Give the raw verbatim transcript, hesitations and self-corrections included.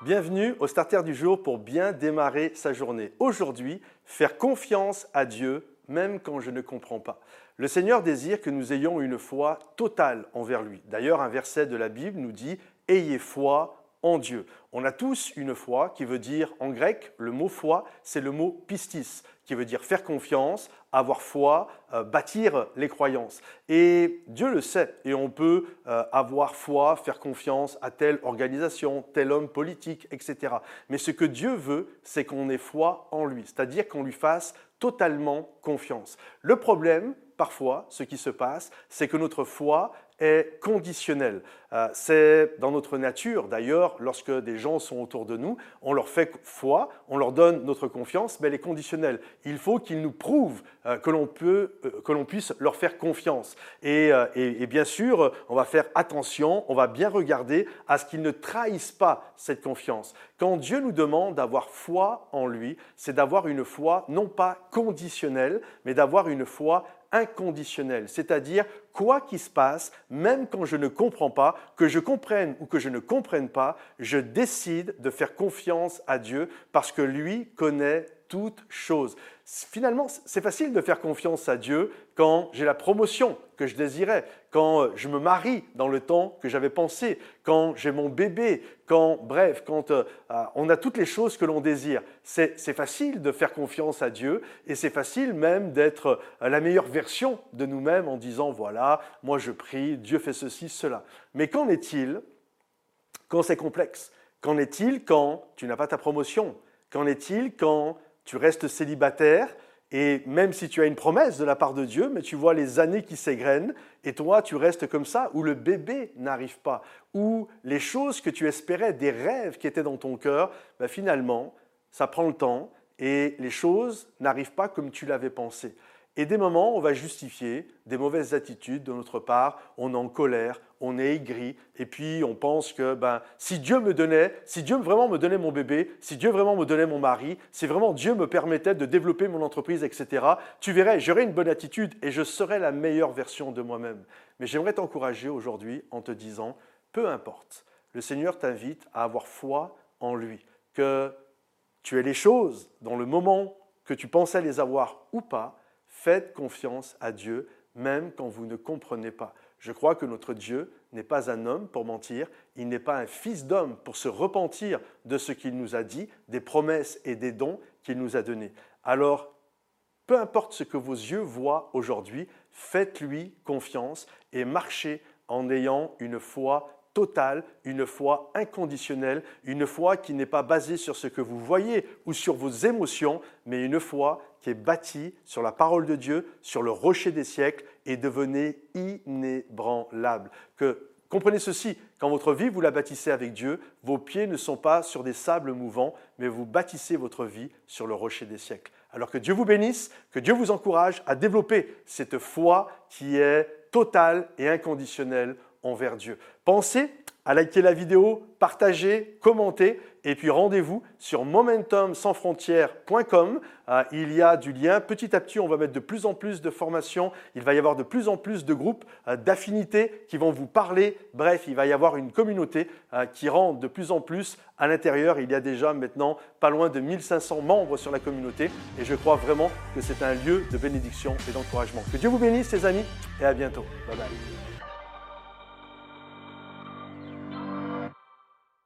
Bienvenue au Starter du jour pour bien démarrer sa journée. Aujourd'hui, faire confiance à Dieu même quand je ne comprends pas. Le Seigneur désire que nous ayons une foi totale envers lui. D'ailleurs, un verset de la Bible nous dit « Ayez foi en Dieu ». On a tous une foi qui veut dire, en grec, le mot foi, c'est le mot pistis, qui veut dire faire confiance, avoir foi, euh, bâtir les croyances. Et Dieu le sait, et on peut euh, avoir foi, faire confiance à telle organisation, tel homme politique, et cetera. Mais ce que Dieu veut, c'est qu'on ait foi en lui, c'est-à-dire qu'on lui fasse totalement confiance. Le problème, parfois, ce qui se passe, c'est que notre foi est conditionnelle. Euh, c'est dans notre nature, d'ailleurs, lorsque des gens sont autour de nous, on leur fait foi, on leur donne notre confiance, mais elle est conditionnelle. Il faut qu'ils nous prouvent euh, que l'on peut, euh, que l'on puisse leur faire confiance. Et, euh, et, et bien sûr, on va faire attention, on va bien regarder à ce qu'ils ne trahissent pas cette confiance. Quand Dieu nous demande d'avoir foi en lui, c'est d'avoir une foi non pas conditionnelle, mais d'avoir une foi inconditionnelle, c'est-à-dire quoi qu'il se passe, même quand je ne comprends pas, que je comprenne ou que je ne comprenne pas, je décide de faire confiance à Dieu parce que lui connaît toutes choses. Finalement, c'est facile de faire confiance à Dieu quand j'ai la promotion que je désirais, quand je me marie dans le temps que j'avais pensé, quand j'ai mon bébé, quand, bref, quand euh, on a toutes les choses que l'on désire. C'est, c'est facile de faire confiance à Dieu et c'est facile même d'être la meilleure version de nous-mêmes en disant, voilà, moi je prie, Dieu fait ceci, cela. Mais qu'en est-il quand c'est complexe? Qu'en est-il quand tu n'as pas ta promotion? Qu'en est-il quand tu restes célibataire et même si tu as une promesse de la part de Dieu, mais tu vois les années qui s'égrènent et toi, tu restes comme ça, où le bébé n'arrive pas, où les choses que tu espérais, des rêves qui étaient dans ton cœur, ben finalement, ça prend le temps et les choses n'arrivent pas comme tu l'avais pensé. Et des moments, on va justifier des mauvaises attitudes de notre part, on est en colère, on est aigri, et puis on pense que ben, si Dieu me donnait, si Dieu vraiment me donnait mon bébé, si Dieu vraiment me donnait mon mari, si vraiment Dieu me permettait de développer mon entreprise, et cetera, tu verrais, j'aurais une bonne attitude et je serais la meilleure version de moi-même. Mais j'aimerais t'encourager aujourd'hui en te disant, peu importe, le Seigneur t'invite à avoir foi en lui, que tu aies les choses dans le moment que tu pensais les avoir ou pas. Faites confiance à Dieu, même quand vous ne comprenez pas. Je crois que notre Dieu n'est pas un homme pour mentir, il n'est pas un fils d'homme pour se repentir de ce qu'il nous a dit, des promesses et des dons qu'il nous a donnés. Alors, peu importe ce que vos yeux voient aujourd'hui, faites-lui confiance et marchez en ayant une foi totale, une foi inconditionnelle, une foi qui n'est pas basée sur ce que vous voyez ou sur vos émotions, mais une foi qui est bâtie sur la parole de Dieu, sur le rocher des siècles et devenez inébranlable. Que, comprenez ceci, quand votre vie vous la bâtissez avec Dieu, vos pieds ne sont pas sur des sables mouvants, mais vous bâtissez votre vie sur le rocher des siècles. Alors que Dieu vous bénisse, que Dieu vous encourage à développer cette foi qui est totale et inconditionnelle envers Dieu. Pensez à liker la vidéo, partager, commenter et puis rendez-vous sur momentum sans frontières point com. Euh, il y a du lien. Petit à petit, on va mettre de plus en plus de formations. Il va y avoir de plus en plus de groupes euh, d'affinités qui vont vous parler. Bref, il va y avoir une communauté euh, qui rentre de plus en plus à l'intérieur. Il y a déjà maintenant pas loin de mille cinq cents membres sur la communauté et je crois vraiment que c'est un lieu de bénédiction et d'encouragement. Que Dieu vous bénisse, les amis, et à bientôt. Bye bye.